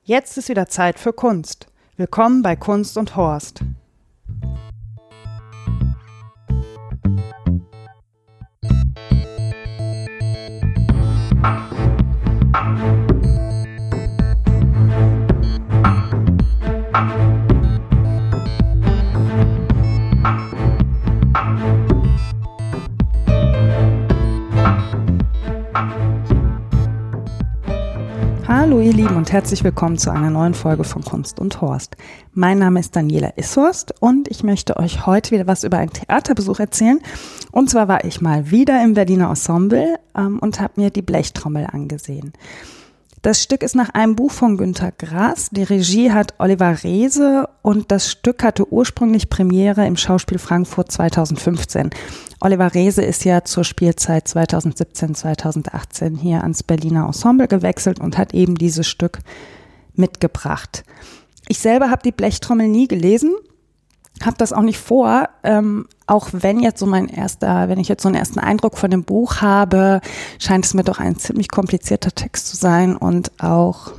Jetzt ist wieder Zeit für Kunst. Willkommen bei Kunst und Horst. Hallo ihr Lieben und herzlich willkommen zu einer neuen Folge von Kunst und Horst. Mein Name ist Daniela Ishorst und ich möchte euch heute wieder was über einen Theaterbesuch erzählen. Und zwar war ich mal wieder im Berliner Ensemble und habe mir die Blechtrommel angesehen. Das Stück ist nach einem Buch von Günter Grass, die Regie hat Oliver Reese und das Stück hatte ursprünglich Premiere im Schauspiel Frankfurt 2015. Oliver Reese ist ja zur Spielzeit 2017, 2018 hier ans Berliner Ensemble gewechselt und hat eben dieses Stück mitgebracht. Ich selber habe die Blechtrommel nie gelesen, habe das auch nicht vor, auch wenn ich jetzt so einen ersten Eindruck von dem Buch habe, scheint es mir doch ein ziemlich komplizierter Text zu sein und auch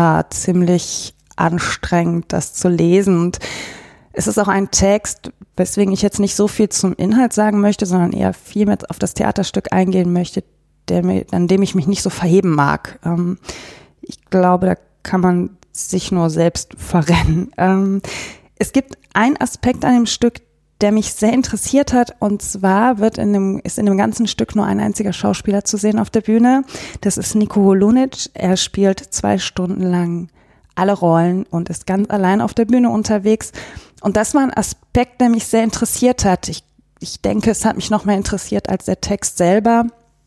ziemlich anstrengend, das zu lesen. Und es ist auch ein Text, weswegen ich jetzt nicht so viel zum Inhalt sagen möchte, sondern eher viel mit auf das Theaterstück eingehen möchte, an dem ich mich nicht so verheben mag. Ich glaube, da kann man sich nur selbst verrennen. Es gibt einen Aspekt an dem Stück, der mich sehr interessiert hat, und zwar ist in dem ganzen Stück nur ein einziger Schauspieler zu sehen auf der Bühne. Das ist Nico Holunic. Er spielt 2 Stunden lang alle Rollen und ist ganz allein auf der Bühne unterwegs. Und das war ein Aspekt, der mich sehr interessiert hat. Ich denke, es hat mich noch mehr interessiert als der Text selber,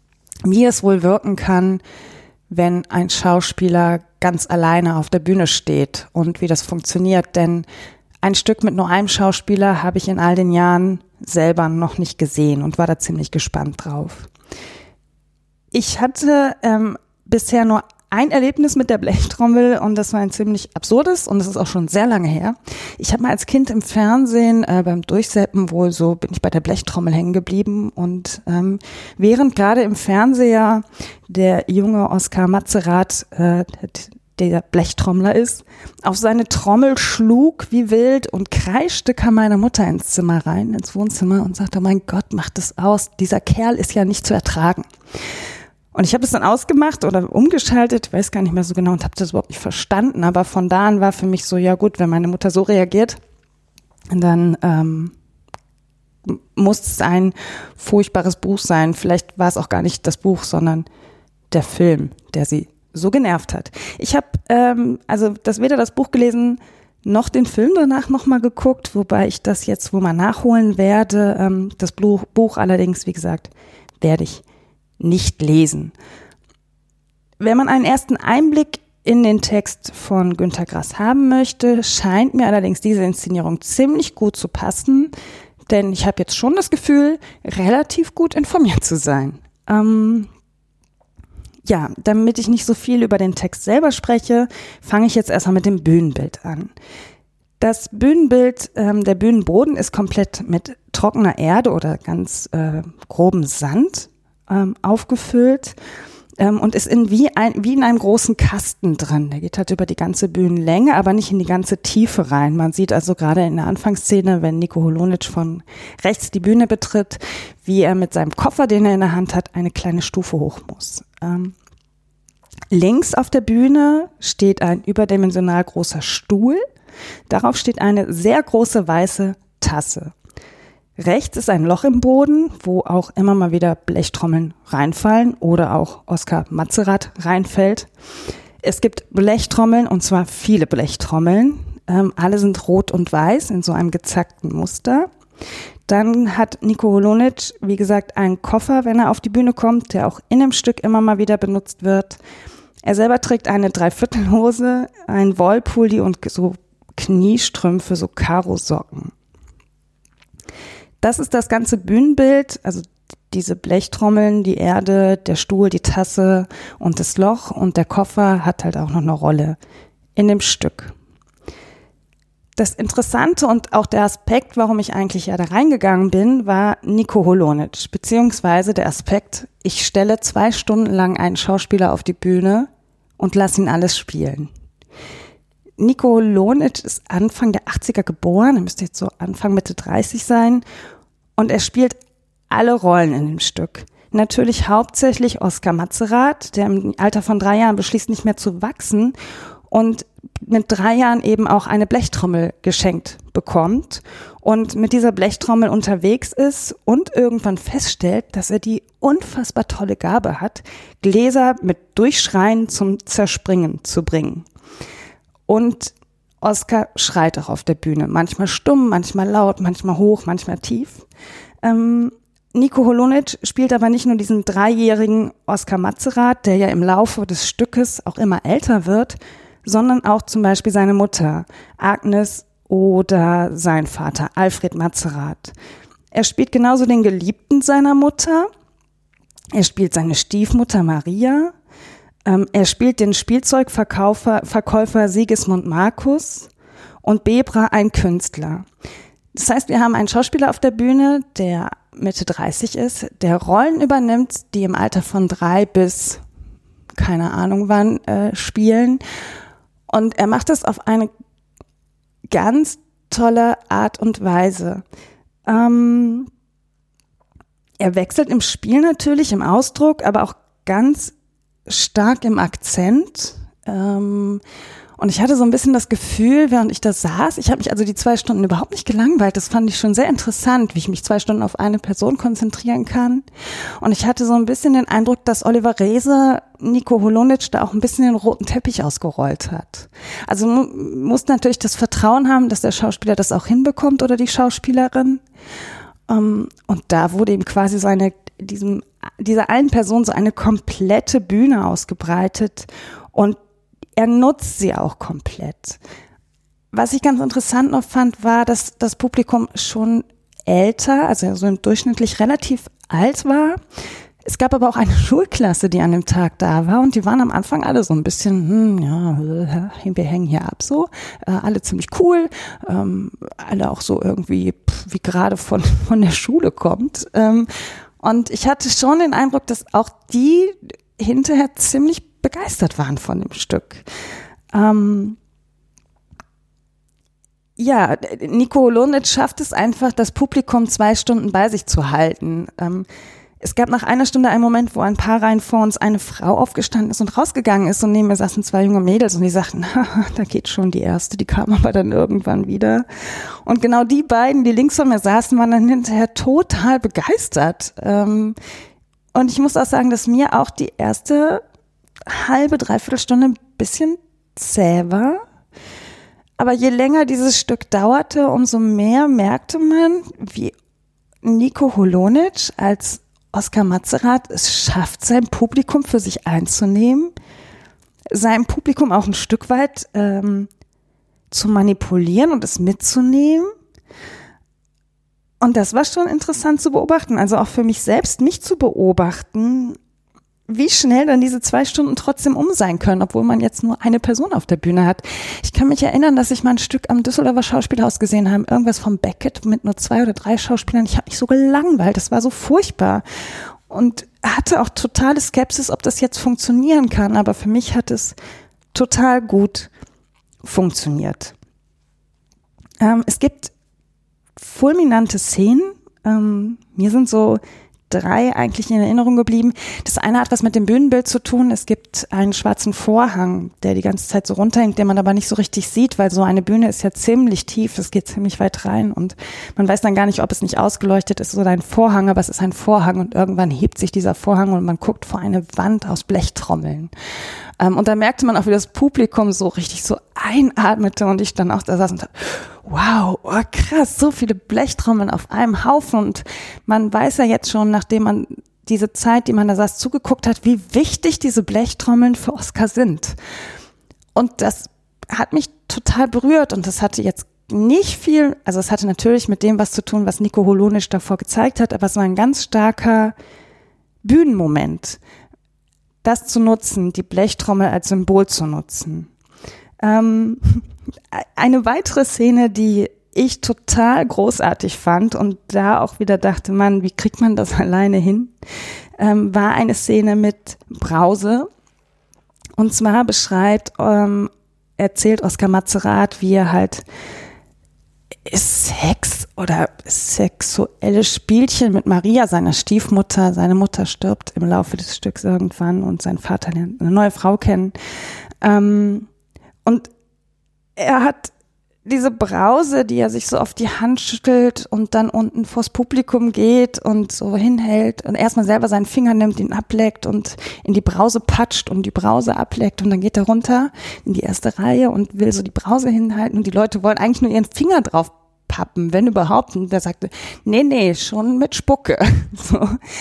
wie es wohl wirken kann, wenn ein Schauspieler ganz alleine auf der Bühne steht und wie das funktioniert. Denn ein Stück mit nur einem Schauspieler habe ich in all den Jahren selber noch nicht gesehen und war da ziemlich gespannt drauf. Ich hatte bisher nur ein Erlebnis mit der Blechtrommel und das war ein ziemlich absurdes und das ist auch schon sehr lange her. Ich habe mal als Kind im Fernsehen beim Durchseppen bin ich bei der Blechtrommel hängen geblieben und während gerade im Fernseher der junge Oskar Matzerath, der Blechtrommler ist, auf seine Trommel schlug wie wild und kreischte, kam meine Mutter ins Wohnzimmer und sagte, mein Gott, mach das aus, dieser Kerl ist ja nicht zu ertragen. Und ich habe es dann ausgemacht oder umgeschaltet, weiß gar nicht mehr so genau und habe das überhaupt nicht verstanden. Aber von da an war für mich so, ja gut, wenn meine Mutter so reagiert, dann muss es ein furchtbares Buch sein. Vielleicht war es auch gar nicht das Buch, sondern der Film, der sie so genervt hat. Ich habe weder das Buch gelesen, noch den Film danach nochmal geguckt, wobei ich das jetzt wohl mal nachholen werde. Das Buch allerdings, wie gesagt, werde ich nicht lesen. Wenn man einen ersten Einblick in den Text von Günter Grass haben möchte, scheint mir allerdings diese Inszenierung ziemlich gut zu passen, denn ich habe jetzt schon das Gefühl, relativ gut informiert zu sein. Damit ich nicht so viel über den Text selber spreche, fange ich jetzt erstmal mit dem Bühnenbild an. Das Bühnenbild, der Bühnenboden ist komplett mit trockener Erde oder ganz grobem Sand aufgefüllt und ist wie in einem großen Kasten drin. Der geht halt über die ganze Bühnenlänge, aber nicht in die ganze Tiefe rein. Man sieht also gerade in der Anfangsszene, wenn Nico Holunic von rechts die Bühne betritt, wie er mit seinem Koffer, den er in der Hand hat, eine kleine Stufe hoch muss. Links auf der Bühne steht ein überdimensional großer Stuhl. Darauf steht eine sehr große weiße Tasse. Rechts ist ein Loch im Boden, wo auch immer mal wieder Blechtrommeln reinfallen oder auch Oskar Matzerath reinfällt. Es gibt Blechtrommeln und zwar viele Blechtrommeln. Alle sind rot und weiß in so einem gezackten Muster. Dann hat Nico Holunic, wie gesagt, einen Koffer, wenn er auf die Bühne kommt, der auch in dem Stück immer mal wieder benutzt wird. Er selber trägt eine Dreiviertelhose, ein Wollpulli und so Kniestrümpfe, so Karosocken. Das ist das ganze Bühnenbild, also diese Blechtrommeln, die Erde, der Stuhl, die Tasse und das Loch und der Koffer hat halt auch noch eine Rolle in dem Stück. Das Interessante und auch der Aspekt, warum ich eigentlich da reingegangen bin, war Nico Holunic, beziehungsweise der Aspekt, ich stelle 2 Stunden lang einen Schauspieler auf die Bühne und lasse ihn alles spielen. Nico Holounic ist Anfang der 80er geboren, er müsste jetzt so Anfang, Mitte 30 sein und er spielt alle Rollen in dem Stück. Natürlich hauptsächlich Oskar Matzerath, der im Alter von 3 Jahren beschließt, nicht mehr zu wachsen und mit 3 Jahren eben auch eine Blechtrommel geschenkt bekommt und mit dieser Blechtrommel unterwegs ist und irgendwann feststellt, dass er die unfassbar tolle Gabe hat, Gläser mit Durchschreien zum Zerspringen zu bringen. Und Oskar schreit auch auf der Bühne, manchmal stumm, manchmal laut, manchmal hoch, manchmal tief. Nico Holounic spielt aber nicht nur diesen 3-jährigen Oskar Matzerath, der ja im Laufe des Stückes auch immer älter wird, sondern auch zum Beispiel seine Mutter Agnes oder sein Vater Alfred Matzerath. Er spielt genauso den Geliebten seiner Mutter, seine Stiefmutter Maria, er spielt den Spielzeugverkäufer Sigismund Markus und Bebra, ein Künstler. Das heißt, wir haben einen Schauspieler auf der Bühne, der Mitte 30 ist, der Rollen übernimmt, die im Alter von 3 bis keine Ahnung wann spielen. Und er macht das auf eine ganz tolle Art und Weise. Er wechselt im Spiel natürlich, im Ausdruck, aber auch ganz stark im Akzent. Und ich hatte so ein bisschen das Gefühl, während ich da saß, ich habe mich also die 2 Stunden überhaupt nicht gelangweilt. Das fand ich schon sehr interessant, wie ich mich 2 Stunden auf eine Person konzentrieren kann. Und ich hatte so ein bisschen den Eindruck, dass Oliver Reese Nico Holounic da auch ein bisschen den roten Teppich ausgerollt hat. Also muss natürlich das Vertrauen haben, dass der Schauspieler das auch hinbekommt oder die Schauspielerin. Und da wurde ihm quasi dieser einen Person so eine komplette Bühne ausgebreitet und er nutzt sie auch komplett. Was ich ganz interessant noch fand, war, dass das Publikum schon älter, also so durchschnittlich relativ alt war. Es gab aber auch eine Schulklasse, die an dem Tag da war und die waren am Anfang alle so ein bisschen, wir hängen hier ab so, alle ziemlich cool, alle auch so irgendwie, wie gerade von der Schule kommt. Und ich hatte schon den Eindruck, dass auch die hinterher ziemlich begeistert waren von dem Stück. Nico Holounic schafft es einfach, das Publikum 2 Stunden bei sich zu halten. Es gab nach 1 Stunde einen Moment, wo ein paar Reihen vor uns eine Frau aufgestanden ist und rausgegangen ist und neben mir saßen 2 junge Mädels und die sagten, da geht schon die erste, die kam aber dann irgendwann wieder. Und genau die beiden, die links von mir saßen, waren dann hinterher total begeistert. Und ich muss auch sagen, dass mir auch die erste halbe, dreiviertel Stunde ein bisschen zäh war. Aber je länger dieses Stück dauerte, umso mehr merkte man, wie Nico Holounic als Oskar Matzerath es schafft, sein Publikum für sich einzunehmen, sein Publikum auch ein Stück weit zu manipulieren und es mitzunehmen. Und das war schon interessant zu beobachten, also auch für mich selbst, mich zu beobachten, wie schnell dann diese 2 Stunden trotzdem sein können, obwohl man jetzt nur eine Person auf der Bühne hat. Ich kann mich erinnern, dass ich mal ein Stück am Düsseldorfer Schauspielhaus gesehen habe, irgendwas vom Beckett mit nur 2 oder 3 Schauspielern. Ich habe mich so gelangweilt, das war so furchtbar und hatte auch totale Skepsis, ob das jetzt funktionieren kann, aber für mich hat es total gut funktioniert. Es gibt fulminante Szenen, mir sind so 3 eigentlich in Erinnerung geblieben. Das eine hat was mit dem Bühnenbild zu tun. Es gibt einen schwarzen Vorhang, der die ganze Zeit so runterhängt, den man aber nicht so richtig sieht, weil so eine Bühne ist ja ziemlich tief, es geht ziemlich weit rein und man weiß dann gar nicht, ob es nicht ausgeleuchtet ist oder ein Vorhang, aber es ist ein Vorhang und irgendwann hebt sich dieser Vorhang und man guckt vor eine Wand aus Blechtrommeln. Und da merkte man auch, wie das Publikum so richtig so einatmete und ich dann auch da saß und dachte, wow, oh krass, so viele Blechtrommeln auf einem Haufen und man weiß ja jetzt schon, nachdem man diese Zeit, die man da saß, zugeguckt hat, wie wichtig diese Blechtrommeln für Oskar sind. Und das hat mich total berührt und das hatte jetzt nicht viel, also es hatte natürlich mit dem was zu tun, was Nico Holounic davor gezeigt hat, aber es war ein ganz starker Bühnenmoment, das zu nutzen, die Blechtrommel als Symbol zu nutzen. Eine weitere Szene, die ich total großartig fand und da auch wieder dachte, Mann, wie kriegt man das alleine hin, war eine Szene mit Brause. Und zwar beschreibt erzählt Oskar Matzerath, wie er halt Sex oder sexuelle Spielchen mit Maria, seiner Stiefmutter. Seine Mutter stirbt im Laufe des Stücks irgendwann und sein Vater lernt eine neue Frau kennen. Und er hat diese Brause, die er sich so auf die Hand schüttelt und dann unten vors Publikum geht und so hinhält und erstmal selber seinen Finger nimmt, ihn ableckt und in die Brause patscht und die Brause ableckt und dann geht er runter in die erste Reihe und will so die Brause hinhalten und die Leute wollen eigentlich nur ihren Finger drauf pappen, wenn überhaupt. Und der sagte, nee, schon mit Spucke. So.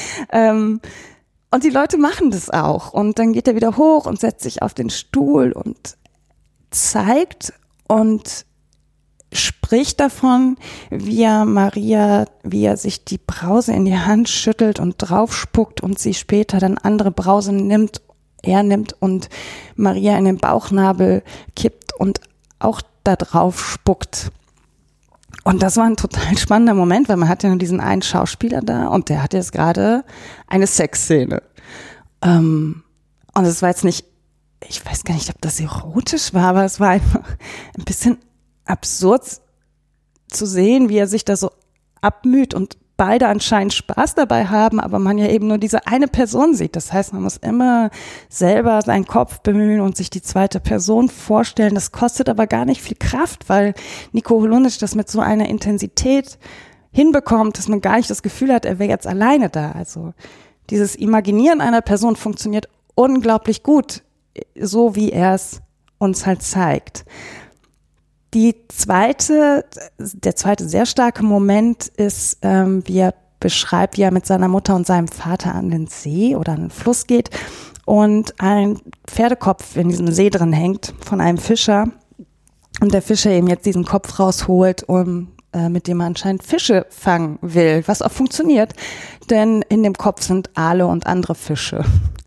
Und die Leute machen das auch. Und dann geht er wieder hoch und setzt sich auf den Stuhl und zeigt und spricht davon, wie er sich die Brause in die Hand schüttelt und draufspuckt und sie später dann andere Brause nimmt und Maria in den Bauchnabel kippt und auch da drauf spuckt. Und das war ein total spannender Moment, weil man hat ja nur diesen einen Schauspieler da und der hat jetzt gerade eine Sexszene. Und es war jetzt nicht, ich weiß gar nicht, ob das erotisch war, aber es war einfach ein bisschen absurd zu sehen, wie er sich da so abmüht und beide anscheinend Spaß dabei haben, aber man ja eben nur diese eine Person sieht. Das heißt, man muss immer selber seinen Kopf bemühen und sich die zweite Person vorstellen. Das kostet aber gar nicht viel Kraft, weil Nico Holunic das mit so einer Intensität hinbekommt, dass man gar nicht das Gefühl hat, er wäre jetzt alleine da. Also dieses Imaginieren einer Person funktioniert unglaublich gut, so wie er es uns halt zeigt. Der zweite sehr starke Moment ist, wie er beschreibt, wie er mit seiner Mutter und seinem Vater an den See oder an den Fluss geht und ein Pferdekopf in diesem See drin hängt von einem Fischer und der Fischer eben jetzt diesen Kopf rausholt, mit dem er anscheinend Fische fangen will, was auch funktioniert, denn in dem Kopf sind Aale und andere Fische.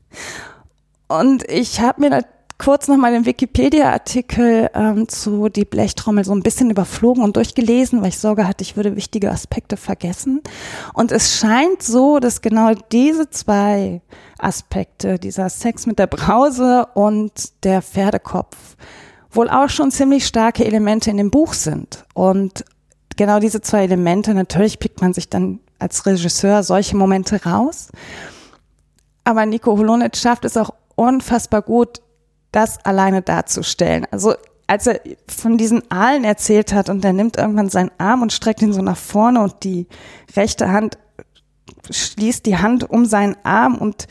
Und ich habe mir da kurz nochmal den Wikipedia-Artikel zu Die Blechtrommel so ein bisschen überflogen und durchgelesen, weil ich Sorge hatte, ich würde wichtige Aspekte vergessen. Und es scheint so, dass genau diese zwei Aspekte, dieser Sex mit der Brause und der Pferdekopf, wohl auch schon ziemlich starke Elemente in dem Buch sind. Und genau diese zwei Elemente, natürlich pickt man sich dann als Regisseur solche Momente raus. Aber Nico Holunic schafft es auch unfassbar gut, das alleine darzustellen. Also als er von diesen Aalen erzählt hat und er nimmt irgendwann seinen Arm und streckt ihn so nach vorne und die rechte Hand schließt die Hand um seinen Arm und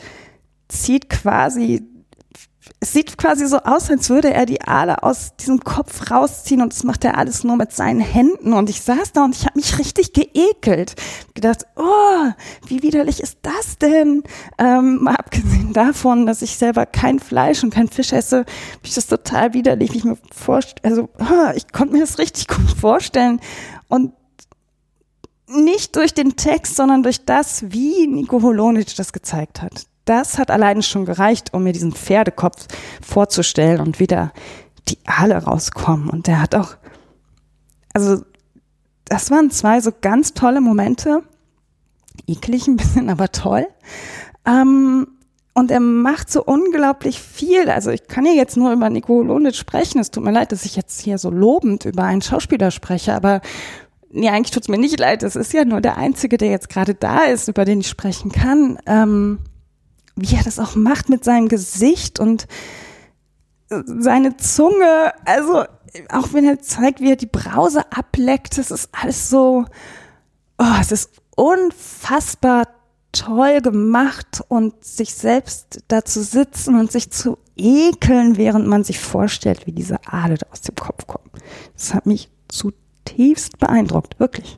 es sieht quasi so aus, als würde er die Aale aus diesem Kopf rausziehen und das macht er alles nur mit seinen Händen und ich saß da und ich habe mich richtig geekelt. Gedacht, oh, wie widerlich ist das denn? Mal abgesehen davon, dass ich selber kein Fleisch und kein Fisch esse, finde ich das total widerlich, wie ich mir vorstelle. Also ich konnte mir das richtig gut vorstellen und nicht durch den Text, sondern durch das, wie Nico Holunic das gezeigt hat. Das hat alleine schon gereicht, um mir diesen Pferdekopf vorzustellen und wieder die Aale rauskommen. Und der hat auch, also das waren zwei so ganz tolle Momente, eklig ein bisschen, aber toll. Und er macht so unglaublich viel. Also ich kann ja jetzt nur über Nico Holunic sprechen. Es tut mir leid, dass ich jetzt hier so lobend über einen Schauspieler spreche, aber nee, eigentlich tut's mir nicht leid. Das ist ja nur der Einzige, der jetzt gerade da ist, über den ich sprechen kann. Wie er das auch macht mit seinem Gesicht und seine Zunge, also auch wenn er zeigt, wie er die Brause ableckt, das ist alles so, es ist unfassbar toll gemacht und sich selbst da zu sitzen und sich zu ekeln, während man sich vorstellt, wie diese Aale da aus dem Kopf kommen. Das hat mich zutiefst beeindruckt, wirklich.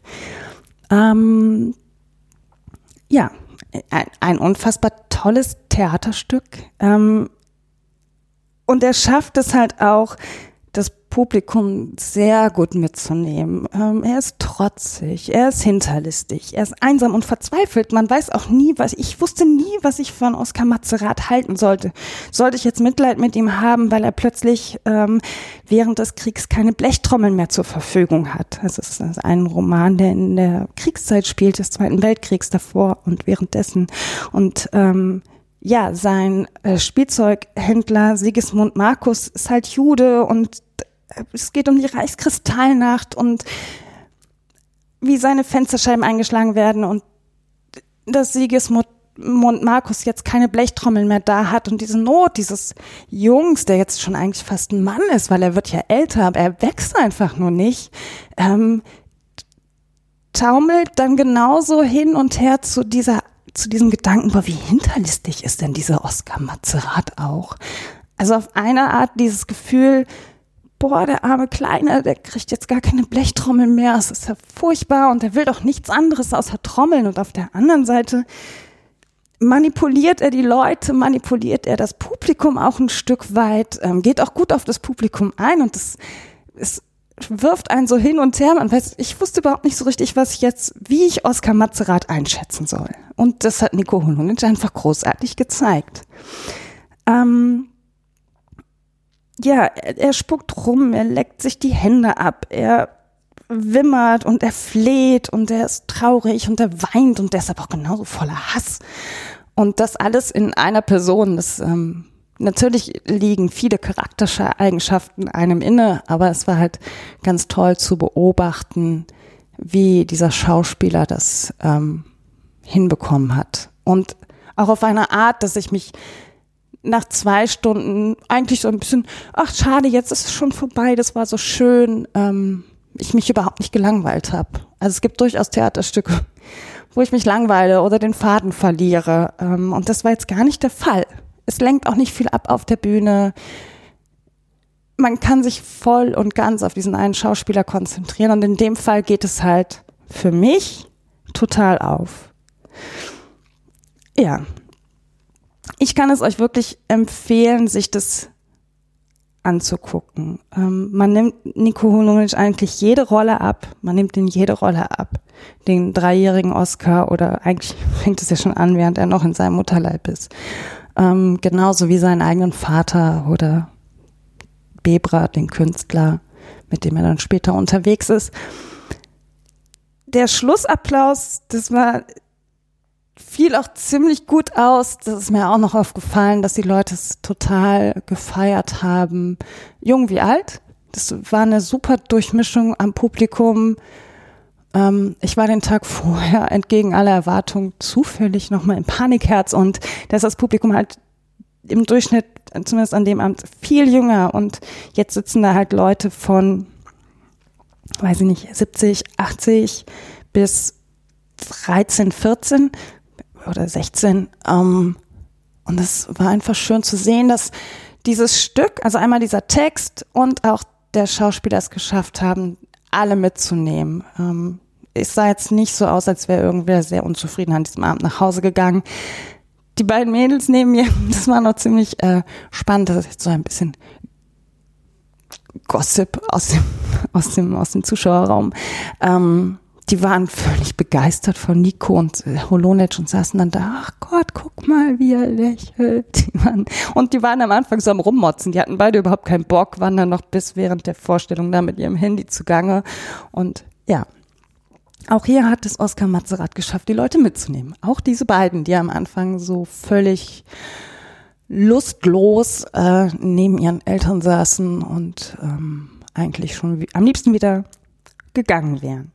Ja, ein unfassbar tolles Theaterstück. Und er schafft es halt auch, das Publikum sehr gut mitzunehmen. Er ist trotzig, er ist hinterlistig, er ist einsam und verzweifelt. Man weiß auch nie, ich wusste nie, was ich von Oskar Matzerath halten sollte. Sollte ich jetzt Mitleid mit ihm haben, weil er plötzlich während des Kriegs keine Blechtrommeln mehr zur Verfügung hat. Also es ist ein Roman, der in der Kriegszeit spielt, des Zweiten Weltkriegs davor und währenddessen. Und ja, sein Spielzeughändler Sigismund Markus ist halt Jude und es geht um die Reichskristallnacht und wie seine Fensterscheiben eingeschlagen werden und dass Sigismund Markus jetzt keine Blechtrommeln mehr da hat und diese Not dieses Jungs, der jetzt schon eigentlich fast ein Mann ist, weil er wird ja älter, aber er wächst einfach nur nicht, taumelt dann genauso hin und her zu diesem Gedanken, boah, wie hinterlistig ist denn dieser Oskar Matzerath auch? Also auf eine Art dieses Gefühl, boah, der arme Kleine, der kriegt jetzt gar keine Blechtrommel mehr, es ist ja furchtbar und der will doch nichts anderes außer Trommeln. Und auf der anderen Seite manipuliert er die Leute, manipuliert er das Publikum auch ein Stück weit, geht auch gut auf das Publikum ein und es wirft einen so hin und her. Man weiß, ich wusste überhaupt nicht so richtig, wie ich Oskar Matzerath einschätzen soll. Und das hat Nico Holonitsch einfach großartig gezeigt. Ja, er spuckt rum, er leckt sich die Hände ab, er wimmert und er fleht und er ist traurig und er weint und der ist aber auch genauso voller Hass. Und das alles in einer Person. Natürlich liegen viele charakterische Eigenschaften einem inne, aber es war halt ganz toll zu beobachten, wie dieser Schauspieler das hinbekommen hat. Und auch auf eine Art, dass ich mich nach 2 Stunden eigentlich so ein bisschen, ach schade, jetzt ist es schon vorbei, das war so schön, ich mich überhaupt nicht gelangweilt habe. Also es gibt durchaus Theaterstücke, wo ich mich langweile oder den Faden verliere. Und das war jetzt gar nicht der Fall. Es lenkt auch nicht viel ab auf der Bühne. Man kann sich voll und ganz auf diesen einen Schauspieler konzentrieren. Und in dem Fall geht es halt für mich total auf. Ja. Ich kann es euch wirklich empfehlen, sich das anzugucken. Man nimmt Nico Holonitsch eigentlich jede Rolle ab. Man nimmt ihm jede Rolle ab. Den 3-jährigen Oskar oder eigentlich fängt es ja schon an, während er noch in seinem Mutterleib ist. Genauso wie seinen eigenen Vater oder Bebra, den Künstler, mit dem er dann später unterwegs ist. Der Schlussapplaus, fiel auch ziemlich gut aus. Das ist mir auch noch aufgefallen, dass die Leute es total gefeiert haben. Jung wie alt. Das war eine super Durchmischung am Publikum. Ich war den Tag vorher entgegen aller Erwartungen zufällig nochmal im Panikherz und da ist das Publikum halt im Durchschnitt, zumindest an dem Abend, viel jünger und jetzt sitzen da halt Leute von, weiß ich nicht, 70, 80 bis 13, 14 oder 16 und es war einfach schön zu sehen, dass dieses Stück, also einmal dieser Text und auch der Schauspieler es geschafft haben, alle mitzunehmen. Es sah jetzt nicht so aus, als wäre irgendwer sehr unzufrieden an diesem Abend nach Hause gegangen. Die beiden Mädels neben mir, das war noch ziemlich spannend. Das ist jetzt so ein bisschen Gossip aus dem Zuschauerraum. Die waren völlig begeistert von Nico und Holonitsch und saßen dann da, ach Gott, guck mal, wie er lächelt. Die waren am Anfang so am Rummotzen. Die hatten beide überhaupt keinen Bock, waren dann noch bis während der Vorstellung da mit ihrem Handy zugange. Und ja, auch hier hat es Oskar Matzerath geschafft, die Leute mitzunehmen. Auch diese beiden, die am Anfang so völlig lustlos neben ihren Eltern saßen und eigentlich schon am liebsten wieder gegangen wären.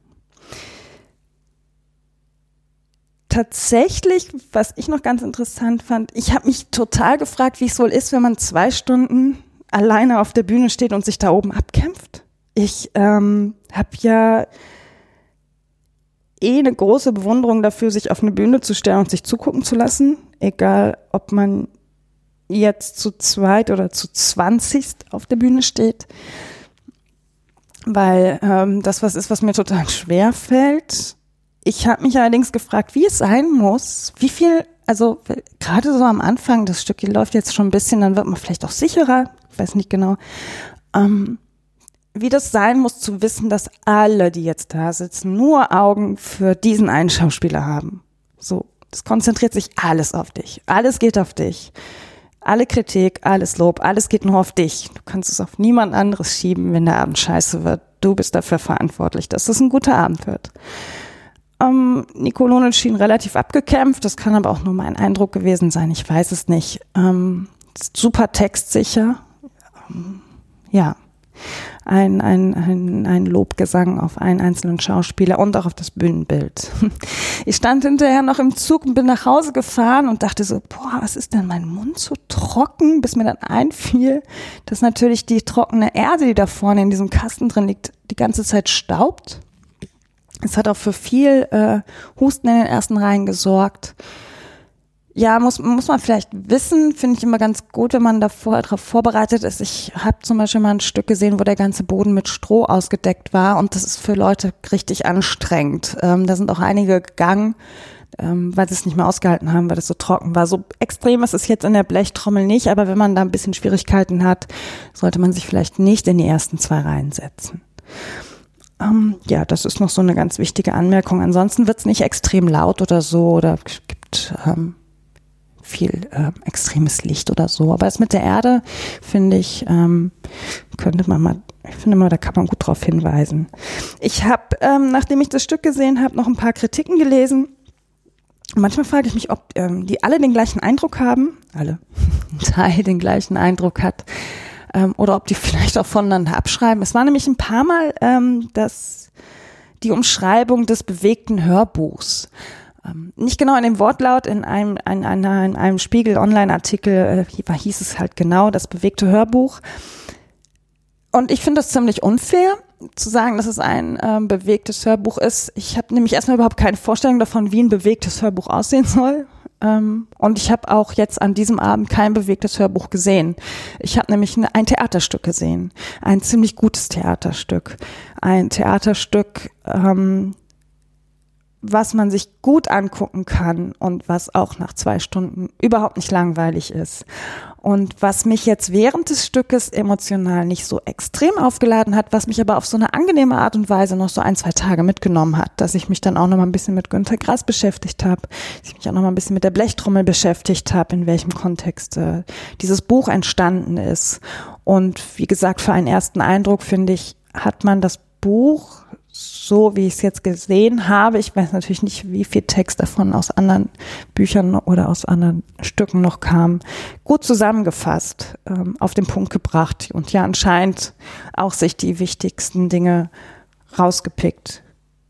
Tatsächlich, was ich noch ganz interessant fand, ich habe mich total gefragt, wie es wohl ist, wenn man 2 Stunden alleine auf der Bühne steht und sich da oben abkämpft. Ich habe ja eine große Bewunderung dafür, sich auf eine Bühne zu stellen und sich zugucken zu lassen, egal ob man jetzt zu 2 oder zu 20 auf der Bühne steht, weil das was ist, was mir total schwer fällt. Ich habe mich allerdings gefragt, wie es sein muss, wie viel, also gerade so am Anfang, das Stück läuft jetzt schon ein bisschen, dann wird man vielleicht auch sicherer, ich weiß nicht genau, wie das sein muss zu wissen, dass alle, die jetzt da sitzen, nur Augen für diesen einen Schauspieler haben. So, das konzentriert sich alles auf dich, alles geht auf dich. Alle Kritik, alles Lob, alles geht nur auf dich. Du kannst es auf niemand anderes schieben, wenn der Abend scheiße wird. Du bist dafür verantwortlich, dass es ein guter Abend wird. Niccolone schien relativ abgekämpft, das kann aber auch nur mein Eindruck gewesen sein, ich weiß es nicht. Super textsicher, ja, ein Lobgesang auf einen einzelnen Schauspieler und auch auf das Bühnenbild. Ich stand hinterher noch im Zug und bin nach Hause gefahren und dachte so, was ist denn mein Mund so trocken, bis mir dann einfiel, dass natürlich die trockene Erde, die da vorne in diesem Kasten drin liegt, die ganze Zeit staubt. Es hat auch für viel Husten in den ersten Reihen gesorgt. Ja, muss man vielleicht wissen, finde ich immer ganz gut, wenn man darauf vorbereitet ist. Ich habe zum Beispiel mal ein Stück gesehen, wo der ganze Boden mit Stroh ausgedeckt war und das ist für Leute richtig anstrengend. Da sind auch einige gegangen, weil sie es nicht mehr ausgehalten haben, weil es so trocken war. So extrem ist es jetzt in der Blechtrommel nicht, aber wenn man da ein bisschen Schwierigkeiten hat, sollte man sich vielleicht nicht in die ersten 2 Reihen setzen. Ja, das ist noch so eine ganz wichtige Anmerkung. Ansonsten wird es nicht extrem laut oder so oder es gibt viel extremes Licht oder so. Aber das mit der Erde, finde ich, da kann man gut drauf hinweisen. Ich habe, nachdem ich das Stück gesehen habe, noch ein paar Kritiken gelesen. Manchmal frage ich mich, ob die alle den gleichen Eindruck haben, ein Teil den gleichen Eindruck hat, oder ob die vielleicht auch voneinander abschreiben. Es war nämlich ein paar Mal die Umschreibung des bewegten Hörbuchs. Nicht genau in dem Wortlaut, in einem Spiegel-Online-Artikel hieß es halt genau, das bewegte Hörbuch. Und ich finde das ziemlich unfair, zu sagen, dass es ein bewegtes Hörbuch ist. Ich habe nämlich erstmal überhaupt keine Vorstellung davon, wie ein bewegtes Hörbuch aussehen soll. Und ich habe auch jetzt an diesem Abend kein bewegtes Hörbuch gesehen. Ich habe nämlich ein Theaterstück gesehen, ein ziemlich gutes Theaterstück. Ein Theaterstück, was man sich gut angucken kann und was auch nach 2 Stunden überhaupt nicht langweilig ist. Und was mich jetzt während des Stückes emotional nicht so extrem aufgeladen hat, was mich aber auf so eine angenehme Art und Weise noch so 1-2 Tage mitgenommen hat, dass ich mich dann auch noch mal ein bisschen mit Günter Grass beschäftigt habe, dass ich mich auch noch mal ein bisschen mit der Blechtrommel beschäftigt habe, in welchem Kontext dieses Buch entstanden ist. Und wie gesagt, für einen ersten Eindruck, finde ich, hat man das Buch, so wie ich es jetzt gesehen habe, ich weiß natürlich nicht, wie viel Text davon aus anderen Büchern oder aus anderen Stücken noch kam, gut zusammengefasst, auf den Punkt gebracht und ja anscheinend auch sich die wichtigsten Dinge rausgepickt.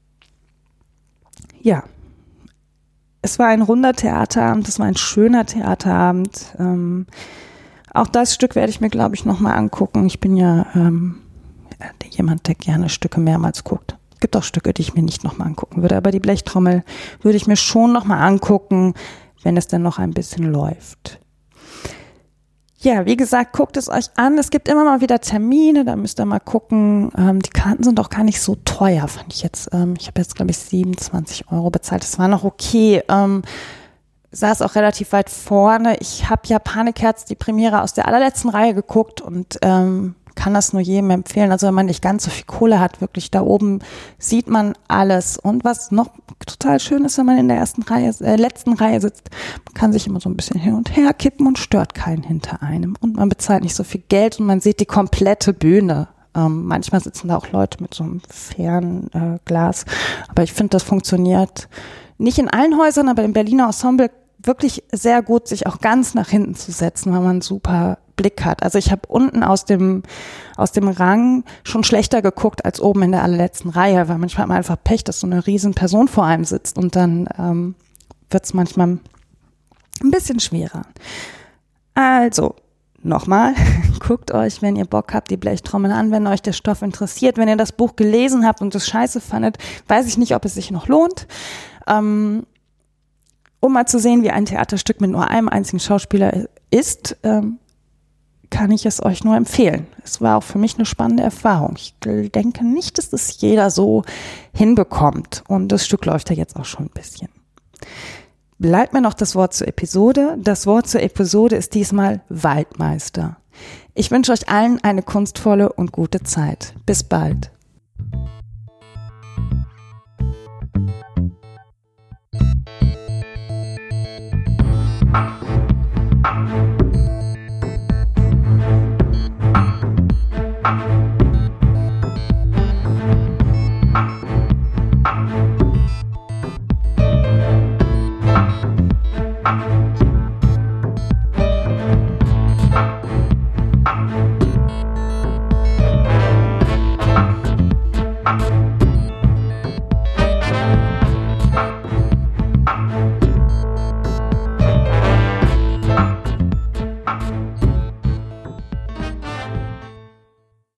Ja, es war ein runder Theaterabend, es war ein schöner Theaterabend. Auch das Stück werde ich mir, glaube ich, nochmal angucken. Ich bin ja jemand, der gerne Stücke mehrmals guckt. Es gibt auch Stücke, die ich mir nicht nochmal angucken würde, aber die Blechtrommel würde ich mir schon nochmal angucken, wenn es denn noch ein bisschen läuft. Ja, wie gesagt, guckt es euch an. Es gibt immer mal wieder Termine, da müsst ihr mal gucken. Die Karten sind auch gar nicht so teuer, fand ich jetzt. Ich habe jetzt, glaube ich, 27 € bezahlt. Das war noch okay. Saß auch relativ weit vorne. Ich habe ja Panikherz, die Premiere aus der allerletzten Reihe geguckt und kann das nur jedem empfehlen. Also wenn man nicht ganz so viel Kohle hat, wirklich da oben sieht man alles. Und was noch total schön ist, wenn man in der letzten Reihe sitzt, man kann sich immer so ein bisschen hin und her kippen und stört keinen hinter einem. Und man bezahlt nicht so viel Geld und man sieht die komplette Bühne. Manchmal sitzen da auch Leute mit so einem Fernglas. Aber ich finde, das funktioniert nicht in allen Häusern, aber im Berliner Ensemble wirklich sehr gut, sich auch ganz nach hinten zu setzen, weil man einen super Blick hat. Also ich habe unten aus dem Rang schon schlechter geguckt als oben in der allerletzten Reihe, weil manchmal hat man einfach Pech, dass so eine riesen Person vor einem sitzt und dann wird es manchmal ein bisschen schwerer. Also, nochmal, guckt euch, wenn ihr Bock habt, die Blechtrommel an, wenn euch der Stoff interessiert. Wenn ihr das Buch gelesen habt und es scheiße fandet, weiß ich nicht, ob es sich noch lohnt. Um mal zu sehen, wie ein Theaterstück mit nur einem einzigen Schauspieler ist, kann ich es euch nur empfehlen. Es war auch für mich eine spannende Erfahrung. Ich denke nicht, dass das jeder so hinbekommt. Und das Stück läuft ja jetzt auch schon ein bisschen. Bleibt mir noch das Wort zur Episode. Das Wort zur Episode ist diesmal Waldmeister. Ich wünsche euch allen eine kunstvolle und gute Zeit. Bis bald.